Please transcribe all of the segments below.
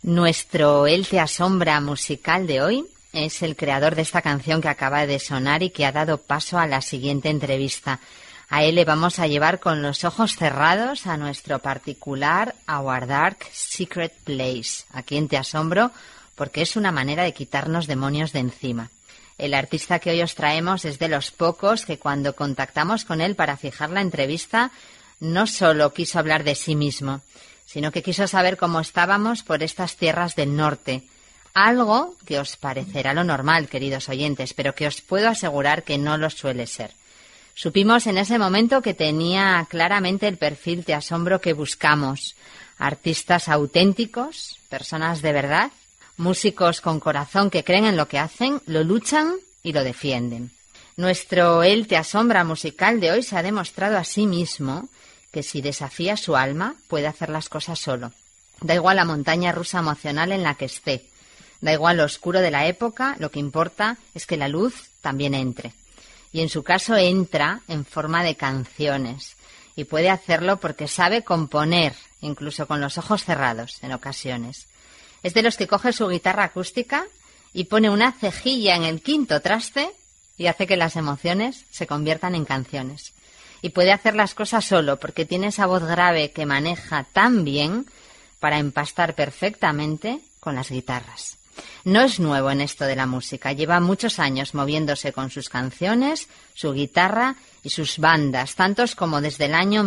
Nuestro Él te asombra musical de hoy es el creador de esta canción que acaba de sonar y que ha dado paso a la siguiente entrevista. A él le vamos a llevar con los ojos cerrados a nuestro particular Our Dark Secret Place, aquí en Te Asombro, porque es una manera de quitarnos demonios de encima. El artista que hoy os traemos es de los pocos que cuando contactamos con él para fijar la entrevista no solo quiso hablar de sí mismo, sino que quiso saber cómo estábamos por estas tierras del norte. Algo que os parecerá lo normal, queridos oyentes, pero que os puedo asegurar que no lo suele ser. Supimos en ese momento que tenía claramente el perfil de asombro que buscamos. Artistas auténticos, personas de verdad, músicos con corazón que creen en lo que hacen, lo luchan y lo defienden. Nuestro Él te asombra musical de hoy se ha demostrado a sí mismo que si desafía su alma puede hacer las cosas solo. Da igual la montaña rusa emocional en la que esté. Da igual lo oscuro de la época, lo que importa es que la luz también entre. Y en su caso entra en forma de canciones. Y puede hacerlo porque sabe componer, incluso con los ojos cerrados en ocasiones. Es de los que coge su guitarra acústica y pone una cejilla en el quinto traste y hace que las emociones se conviertan en canciones. Y puede hacer las cosas solo porque tiene esa voz grave que maneja tan bien para empastar perfectamente con las guitarras. No es nuevo en esto de la música, lleva muchos años moviéndose con sus canciones, su guitarra y sus bandas, tantos como desde el año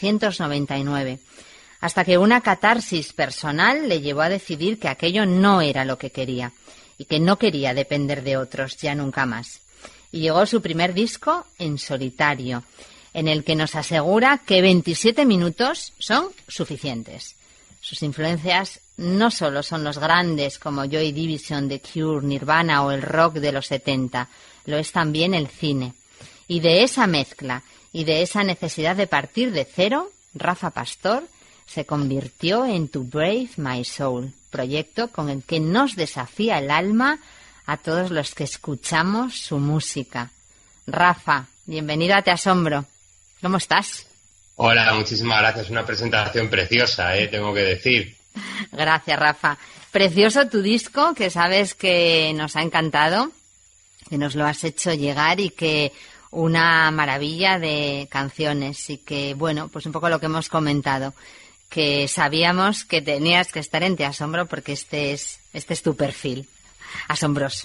1999, hasta que una catarsis personal le llevó a decidir que aquello no era lo que quería y que no quería depender de otros ya nunca más. Y llegó su primer disco en solitario, en el que nos asegura que 27 minutos son suficientes. Sus influencias no solo son los grandes como Joy Division, The Cure, Nirvana o el rock de los 70, lo es también el cine. Y de esa mezcla y de esa necesidad de partir de cero, Rafa Pastor se convirtió en To Brave My Soul, proyecto con el que nos desafía el alma a todos los que escuchamos su música. Rafa, bienvenido a Te Asombro. ¿Cómo estás? Hola, muchísimas gracias. Una presentación preciosa, tengo que decir. Gracias, Rafa. Precioso tu disco, que sabes que nos ha encantado, que nos lo has hecho llegar y que una maravilla de canciones y que, bueno, pues un poco lo que hemos comentado, que sabíamos que tenías que estar en Te Asombro porque este es tu perfil, asombroso.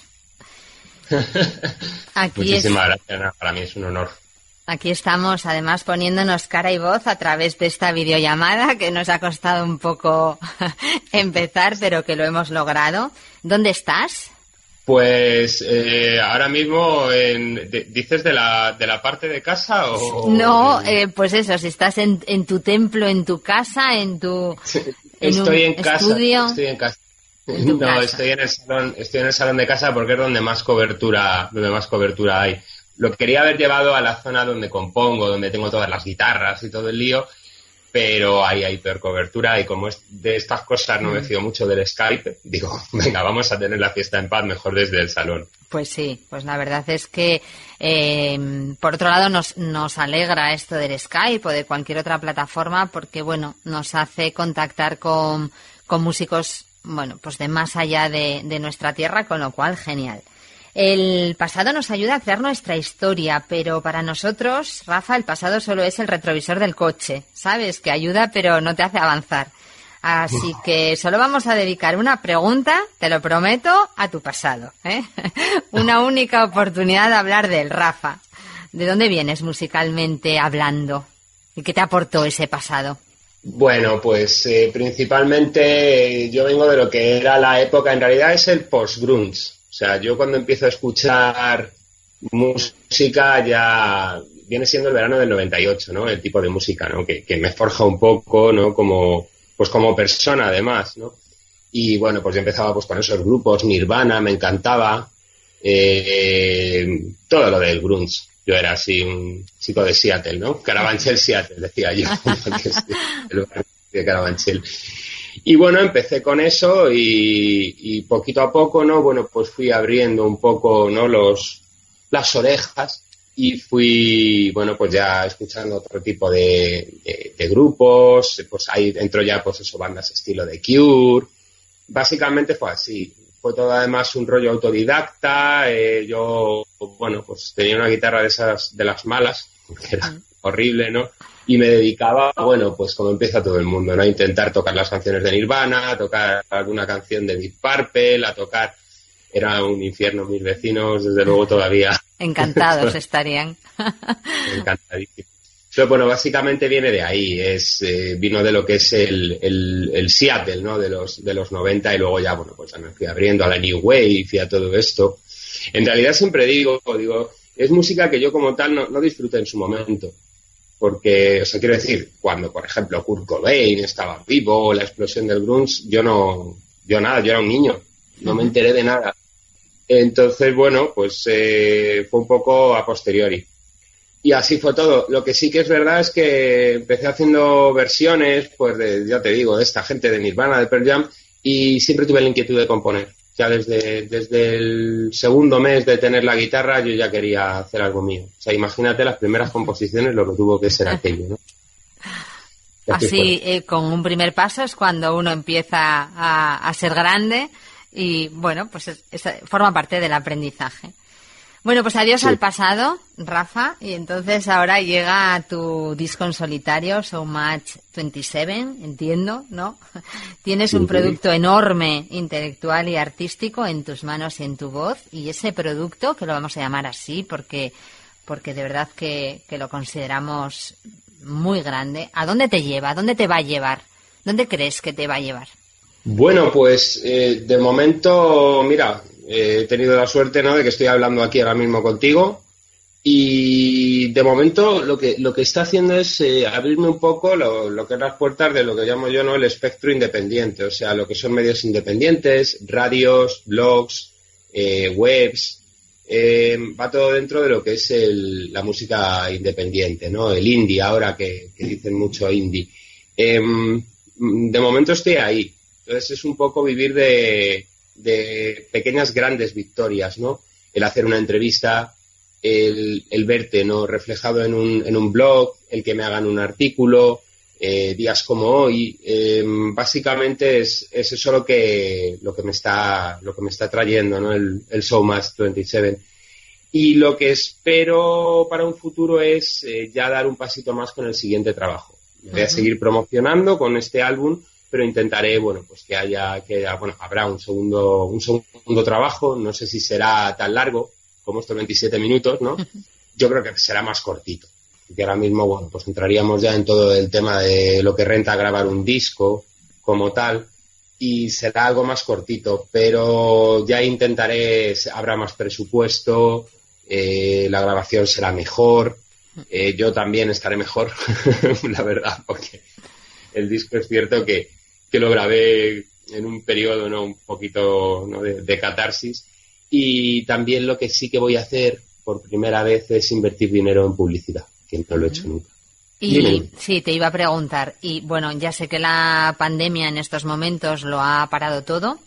Muchísimas gracias, para mí es un honor. Aquí estamos, además, poniéndonos cara y voz a través de esta videollamada que nos ha costado un poco empezar, pero que lo hemos logrado. ¿Dónde estás? Pues ahora mismo, ¿dices de la parte de casa o...? No, pues eso, si estás en tu templo, en tu casa, en tu estoy en casa, estudio. Estoy en casa. No, casa. Estoy en el salón de casa porque es donde más cobertura hay. Lo quería haber llevado a la zona donde compongo, donde tengo todas las guitarras y todo el lío, pero ahí hay peor cobertura y como es de estas cosas no me fío mucho del Skype, digo, venga, vamos a tener la fiesta en paz mejor desde el salón. Pues sí, pues la verdad es que por otro lado nos alegra esto del Skype o de cualquier otra plataforma porque, bueno, nos hace contactar con músicos, bueno, pues de más allá de nuestra tierra, con lo cual, genial. El pasado nos ayuda a crear nuestra historia, pero para nosotros, Rafa, el pasado solo es el retrovisor del coche, ¿sabes? Que ayuda, pero no te hace avanzar. Así que solo vamos a dedicar una pregunta, te lo prometo, a tu pasado, ¿eh? Una única oportunidad de hablar del Rafa. ¿De dónde vienes musicalmente hablando? ¿Y qué te aportó ese pasado? Bueno, pues principalmente yo vengo de lo que era la época, en realidad es el post-grunge. O sea, yo cuando empiezo a escuchar música ya viene siendo el verano del 98, ¿no? El tipo de música, ¿no? Que me forja un poco, ¿no? Como persona, además, ¿no? Y bueno, pues yo empezaba pues con esos grupos, Nirvana, me encantaba, todo lo del grunge. Yo era así un chico de Seattle, ¿no? Carabanchel Seattle, decía yo. El barrio de Carabanchel. Y bueno, empecé con eso y poquito a poco, ¿no? Bueno, pues fui abriendo un poco, ¿no? Las orejas y fui, bueno, pues ya escuchando otro tipo de grupos, pues ahí entró ya, pues eso, bandas estilo The Cure, básicamente fue así. Fue todo además un rollo autodidacta. Yo, bueno, pues tenía una guitarra de esas, de las malas, que era horrible, ¿no? Y me dedicaba, bueno, pues como empieza todo el mundo, ¿no? A intentar tocar las canciones de Nirvana, a tocar alguna canción de Deep Purple, a tocar... Era un infierno, mis vecinos, desde luego todavía. Encantados estarían. Encantadísimos. Pero bueno, básicamente viene de ahí, vino de lo que es el Seattle, ¿no? De los 90 y luego ya, bueno, pues ya me fui abriendo a la New Wave y a todo esto. En realidad siempre digo, es música que yo como tal no disfruté en su momento. Porque, o sea, quiero decir, cuando, por ejemplo, Kurt Cobain estaba vivo, la explosión del grunge, yo era un niño, no me enteré de nada. Entonces, bueno, pues fue un poco a posteriori. Y así fue todo. Lo que sí que es verdad es que empecé haciendo versiones, pues ya te digo, de esta gente de Nirvana, de Pearl Jam, y siempre tuve la inquietud de componer. Ya desde el segundo mes de tener la guitarra yo ya quería hacer algo mío. O sea, imagínate las primeras composiciones, lo que tuvo que ser aquello, ¿no? Así, con un primer paso es cuando uno empieza a ser grande y, bueno, pues forma parte del aprendizaje. Bueno, pues adiós al pasado, Rafa, y entonces ahora llega tu disco en solitario, So Much 27, entiendo, ¿no? Tienes un producto enorme, intelectual y artístico en tus manos y en tu voz, y ese producto, que lo vamos a llamar así porque de verdad que lo consideramos muy grande, ¿a dónde te lleva? ¿A dónde te va a llevar? ¿Dónde crees que te va a llevar? Bueno, pues de momento, mira... he tenido la suerte, ¿no?, de que estoy hablando aquí ahora mismo contigo y de momento lo que está haciendo es abrirme un poco lo que es las puertas de lo que llamo yo, ¿no?, el espectro independiente, o sea, lo que son medios independientes, radios, blogs, webs, va todo dentro de lo que es la música independiente, ¿no?, el indie ahora que dicen mucho indie. De momento estoy ahí, entonces es un poco vivir de pequeñas grandes victorias, ¿no? El hacer una entrevista, el verte, ¿no?, reflejado en un blog, el que me hagan un artículo, días como hoy, básicamente es eso lo que me está trayendo, ¿no?, el So Much 27. Y lo que espero para un futuro es ya dar un pasito más con el siguiente trabajo. Me voy a seguir promocionando con este álbum, pero intentaré, bueno, pues que habrá un segundo trabajo, no sé si será tan largo como estos 27 minutos, ¿no? Yo creo que será más cortito, porque ahora mismo, bueno, pues entraríamos ya en todo el tema de lo que renta grabar un disco como tal, y será algo más cortito, pero ya intentaré, habrá más presupuesto, la grabación será mejor, yo también estaré mejor, la verdad, porque el disco es cierto que lo grabé en un periodo, ¿no?, un poquito, ¿no?, de catarsis, y también lo que sí que voy a hacer por primera vez es invertir dinero en publicidad, que no lo he hecho nunca. Y sí, te iba a preguntar, y bueno, ya sé que la pandemia en estos momentos lo ha parado todo,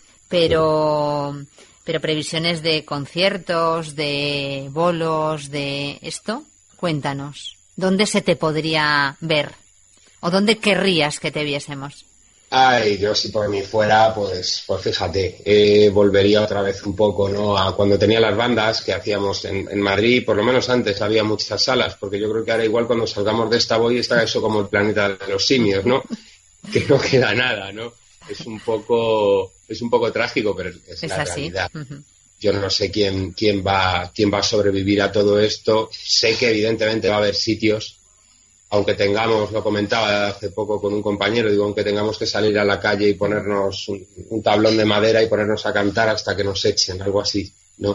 pero previsiones de conciertos, de bolos, de esto, cuéntanos, ¿dónde se te podría ver? ¿O dónde querrías que te viésemos? Ay, yo si por mí fuera, pues fíjate, volvería otra vez un poco, ¿no?, a cuando tenía las bandas que hacíamos en Madrid, por lo menos antes había muchas salas, porque yo creo que ahora igual cuando salgamos de esta boy está eso como el planeta de los simios, ¿no?, que no queda nada, ¿no? Es un poco trágico, pero es la así. Realidad. Yo no sé quién va a sobrevivir a todo esto. Sé que evidentemente va a haber sitios, aunque tengamos, lo comentaba hace poco con un compañero, digo, aunque tengamos que salir a la calle y ponernos un tablón de madera y ponernos a cantar hasta que nos echen, algo así, ¿no?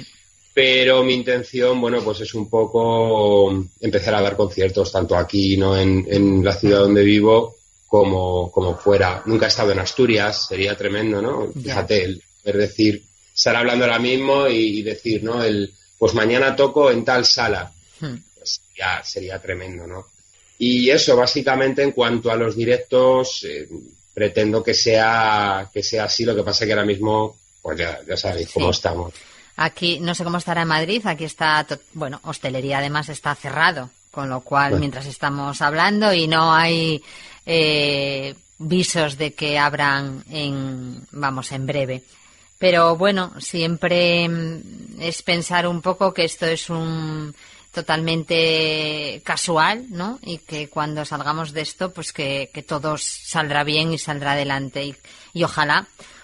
Pero mi intención, bueno, pues es un poco empezar a dar conciertos, tanto aquí, ¿no?, en la ciudad donde vivo, como fuera. Nunca he estado en Asturias, sería tremendo, ¿no? Fíjate, es decir, estar hablando ahora mismo y decir, ¿no?, pues mañana toco en tal sala, pues ya sería tremendo, ¿no? Y eso, básicamente, en cuanto a los directos, pretendo que sea así. Lo que pasa que ahora mismo, pues ya sabéis cómo estamos. Aquí, no sé cómo estará en Madrid, aquí está, bueno, hostelería además está cerrado, con lo cual, mientras estamos hablando y no hay visos de que abran en breve. Pero bueno, siempre es pensar un poco que esto es totalmente casual, ¿no? Y que cuando salgamos de esto, pues que todo saldrá bien y saldrá adelante. Y ojalá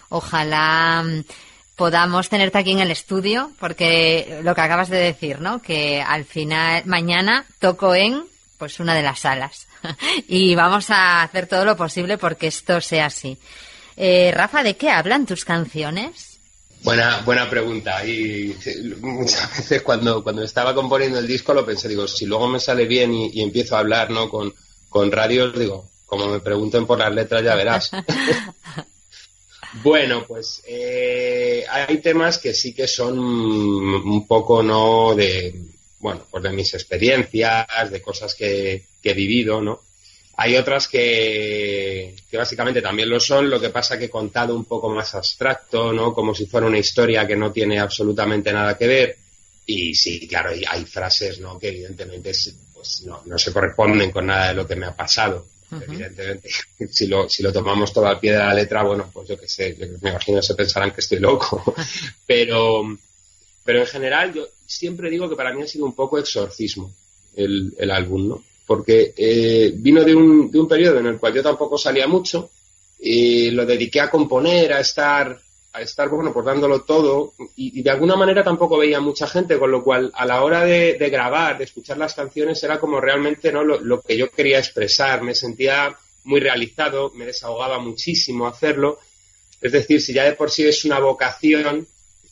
podamos tenerte aquí en el estudio, porque lo que acabas de decir, ¿no? Que al final, mañana toco en pues una de las salas y vamos a hacer todo lo posible porque esto sea así. Rafa, ¿de qué hablan tus canciones? Buena pregunta. Y muchas veces cuando estaba componiendo el disco lo pensé, digo, si luego me sale bien y empiezo a hablar, ¿no? con radios, digo, como me pregunten por las letras ya verás. Bueno, pues hay temas que sí que son un poco, ¿no? Pues de mis experiencias, de cosas que he vivido, ¿no? Hay otras que básicamente también lo son, lo que pasa que contado un poco más abstracto, ¿no? Como si fuera una historia que no tiene absolutamente nada que ver. Y sí, claro, hay frases, ¿no? Que evidentemente pues no se corresponden con nada de lo que me ha pasado. Uh-huh. Evidentemente, si lo tomamos todo al pie de la letra, bueno, pues yo qué sé, me imagino se pensarán que estoy loco. Pero en general yo siempre digo que para mí ha sido un poco exorcismo el álbum, ¿no? Porque vino de un periodo en el cual yo tampoco salía mucho y lo dediqué a componer, a estar bueno, pues dándolo todo y de alguna manera tampoco veía mucha gente, con lo cual a la hora de grabar, de escuchar las canciones era como realmente, ¿no? lo que yo quería expresar, me sentía muy realizado, me desahogaba muchísimo hacerlo, es decir, si ya de por sí es una vocación,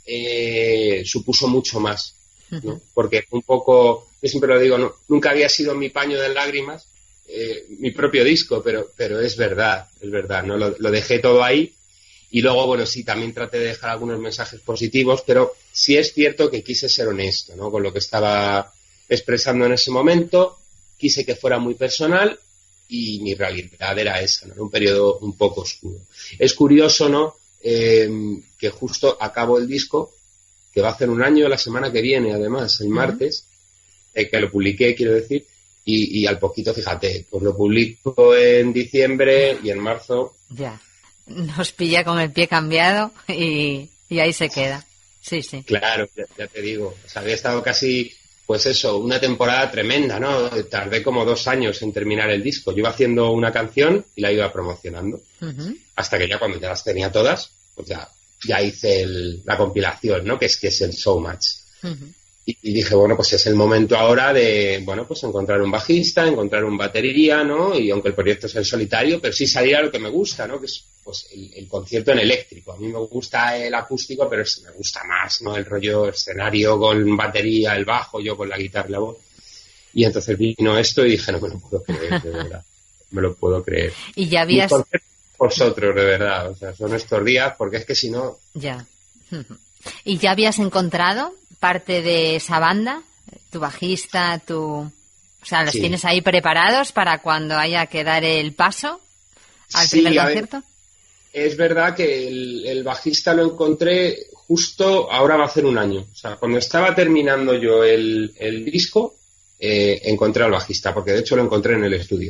supuso mucho más, ¿no? Porque un poco, yo siempre lo digo, ¿no? Nunca había sido mi paño de lágrimas mi propio disco, pero es verdad, ¿no? Lo dejé todo ahí. Y luego, bueno, sí, también traté de dejar algunos mensajes positivos, pero sí es cierto que quise ser honesto, ¿no? Con lo que estaba expresando en ese momento, quise que fuera muy personal y mi realidad era esa, ¿no? Era un periodo un poco oscuro. Es curioso, ¿no? Que justo acabo el disco, que va a hacer un año la semana que viene, además, el martes, que lo publiqué, quiero decir, y al poquito, fíjate, pues lo publico en diciembre y en marzo... Ya. Nos pilla con el pie cambiado y ahí se queda. Sí. Claro, ya te digo. O sea, había estado casi, pues eso, una temporada tremenda, ¿no? Tardé como 2 años en terminar el disco. Yo iba haciendo una canción y la iba promocionando. Uh-huh. Hasta que ya cuando ya las tenía todas, pues ya hice la compilación, ¿no? Que es el So Much. Uh-huh. Y dije, bueno, pues es el momento ahora de, bueno, pues encontrar un bajista, encontrar un batería, ¿no? Y aunque el proyecto es en solitario, pero sí salir a lo que me gusta, ¿no? Que es pues el concierto en eléctrico. A mí me gusta el acústico, pero me gusta más, ¿no? El rollo escenario con batería, el bajo, yo con la guitarra y la voz. Y entonces vino esto y dije, no me lo puedo creer, de verdad. Me lo puedo creer. Y ya habías... Vosotros, de verdad. O sea, son estos días, porque es que si no... Ya. ¿Y ya habías encontrado parte de esa banda? ¿Tu bajista, O sea, ¿los tienes ahí preparados para cuando haya que dar el paso al primer concierto? Es verdad que el bajista lo encontré justo, ahora va a hacer un año. O sea, cuando estaba terminando yo el disco, encontré al bajista, porque de hecho lo encontré en el estudio.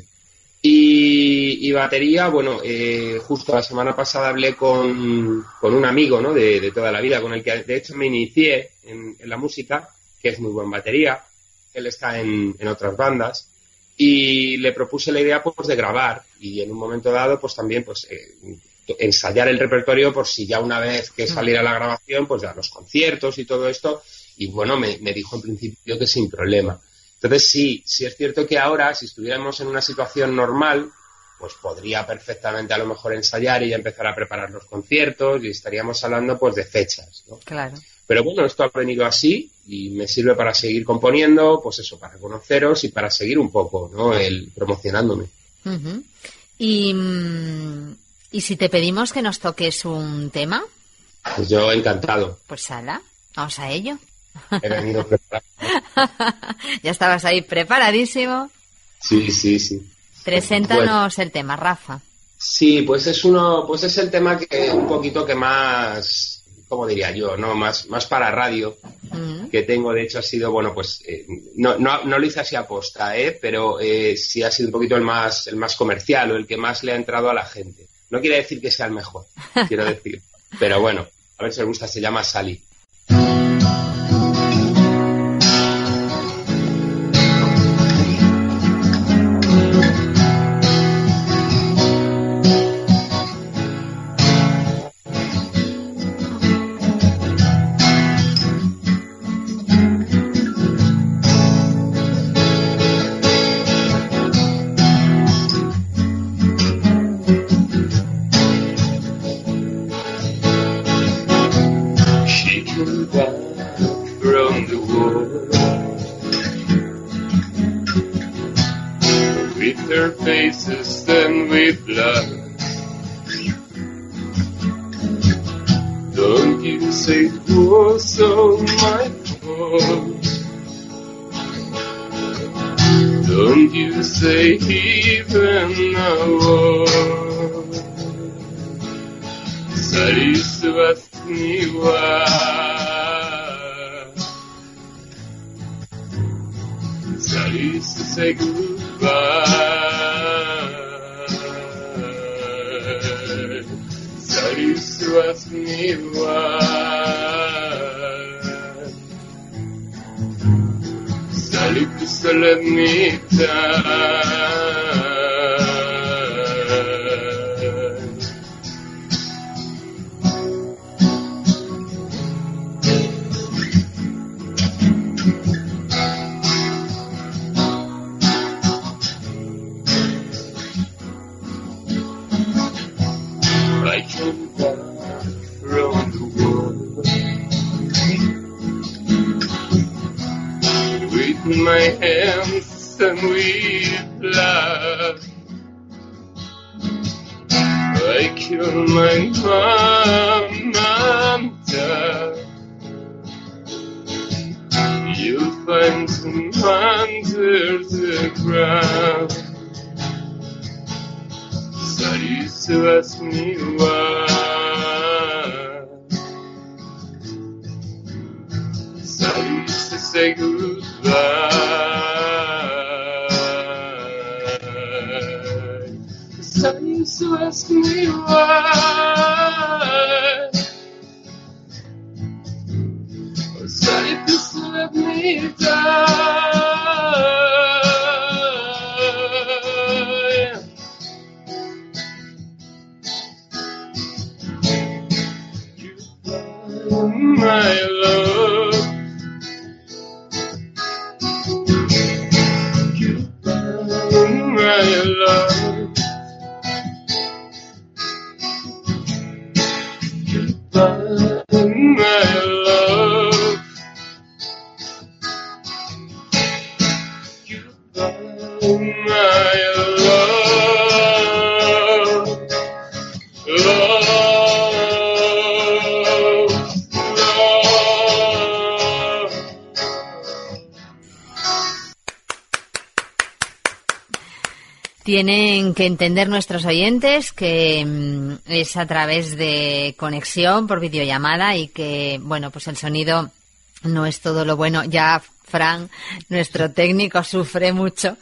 Y batería, bueno, justo la semana pasada hablé con un amigo, ¿no? De toda la vida, con el que de hecho me inicié en la música, que es muy buen batería. Él está en otras bandas. Y le propuse la idea, pues, de grabar. Y en un momento dado, pues también, pues, ensayar el repertorio por si ya una vez que saliera la grabación, pues ya los conciertos y todo esto. Y bueno, me dijo en principio que sin problema. Entonces sí es cierto que ahora, si estuviéramos en una situación normal, pues podría perfectamente a lo mejor ensayar y ya empezar a preparar los conciertos y estaríamos hablando pues de fechas, ¿no? Claro. Pero bueno, esto ha venido así y me sirve para seguir componiendo, pues eso, para conoceros y para seguir un poco, ¿no? Promocionándome. Uh-huh. ¿Y si te pedimos que nos toques un tema? Pues yo encantado. Pues ala, vamos a ello. He venido preparado. Ya estabas ahí preparadísimo. Sí. Preséntanos el tema, Rafa. Sí, pues es el tema que un poquito que más como diría yo, ¿no? Más para radio que tengo. De hecho, ha sido, bueno, pues no lo hice así a posta, pero sí ha sido un poquito el más comercial o el que más le ha entrado a la gente. No quiere decir que sea el mejor, quiero decir. Pero bueno, a ver si os gusta, se llama Sally. Tienen que entender nuestros oyentes que es a través de conexión por videollamada y que, bueno, pues el sonido no es todo lo bueno. Ya Fran, nuestro técnico, sufre mucho.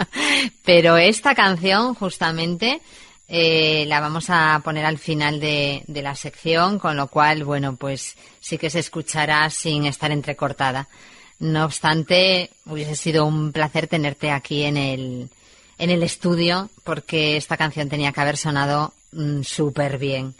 Pero esta canción, justamente, la vamos a poner al final de la sección, con lo cual, bueno, pues sí que se escuchará sin estar entrecortada. No obstante, hubiese sido un placer tenerte aquí en el estudio, porque esta canción tenía que haber sonado súper bien.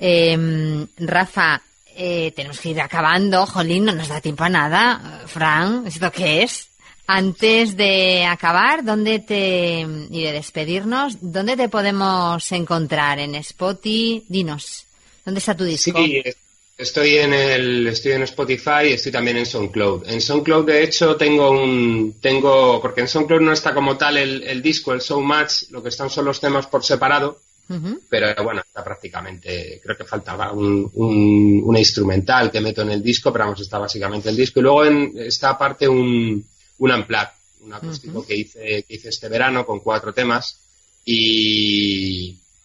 Rafa, tenemos que ir acabando. Jolín, no nos da tiempo a nada. Fran, ¿esto qué es? Antes de acabar, y de despedirnos, ¿dónde te podemos encontrar? ¿En Spotify? Dinos, ¿dónde está tu disco? Sí, estoy en Spotify y estoy también en SoundCloud. En SoundCloud, de hecho, porque en SoundCloud no está como tal el disco, el So Much, lo que están son los temas por separado, pero bueno, está prácticamente, creo que faltaba una instrumental que meto en el disco, pero vamos, está básicamente el disco. Y luego está aparte un unplugged, un acústico que hice este verano con 4 temas y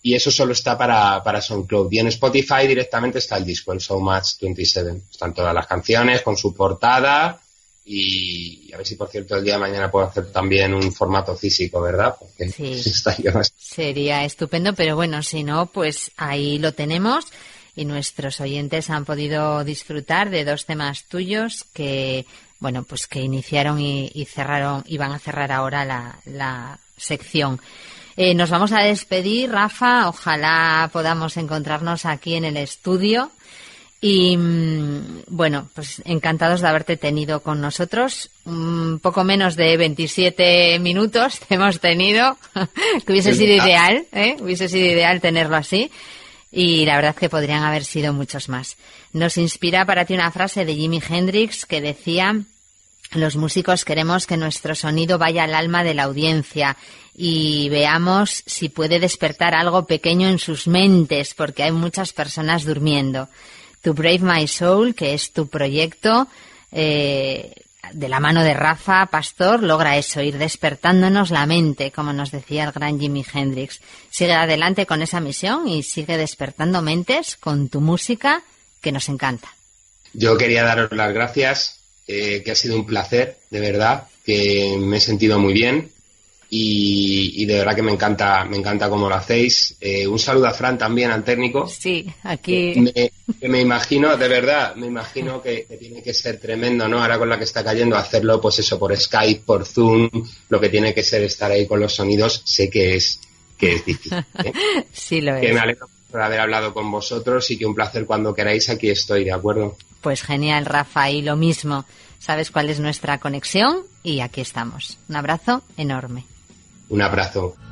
y eso solo está para SoundCloud. Y en Spotify directamente está el disco, el So Much 27. Están todas las canciones con su portada y a ver si, por cierto, el día de mañana puedo hacer también un formato físico, ¿verdad? Porque sí, estaría más... sería estupendo, pero bueno, si no, pues ahí lo tenemos y nuestros oyentes han podido disfrutar de 2 temas tuyos que, bueno, pues que iniciaron y cerraron y van a cerrar ahora la sección. Nos vamos a despedir, Rafa. Ojalá podamos encontrarnos aquí en el estudio. Y bueno, pues encantados de haberte tenido con nosotros. Un poco menos de 27 minutos te hemos tenido, que hubiese sido ideal, hubiese sido ideal tenerlo así. Y la verdad es que podrían haber sido muchos más. Nos inspira para ti una frase de Jimi Hendrix que decía: los músicos queremos que nuestro sonido vaya al alma de la audiencia y veamos si puede despertar algo pequeño en sus mentes, porque hay muchas personas durmiendo. To Brave My Soul, que es tu proyecto, de la mano de Rafa Pastor, logra eso, ir despertándonos la mente, como nos decía el gran Jimi Hendrix. Sigue adelante con esa misión y sigue despertando mentes con tu música, que nos encanta. Yo quería daros las gracias, que ha sido un placer, de verdad, que me he sentido muy bien y de verdad que me encanta cómo lo hacéis. Un saludo a Fran también, al técnico. Sí, aquí... Me imagino, de verdad, que tiene que ser tremendo, ¿no? Ahora con la que está cayendo, hacerlo, pues eso, por Skype, por Zoom, lo que tiene que ser estar ahí con los sonidos, sé que es difícil, ¿eh? Sí lo es. Que me alegro por haber hablado con vosotros y que un placer cuando queráis, aquí estoy, ¿de acuerdo? Pues genial, Rafa, y lo mismo. Sabes cuál es nuestra conexión y aquí estamos. Un abrazo enorme. Un abrazo.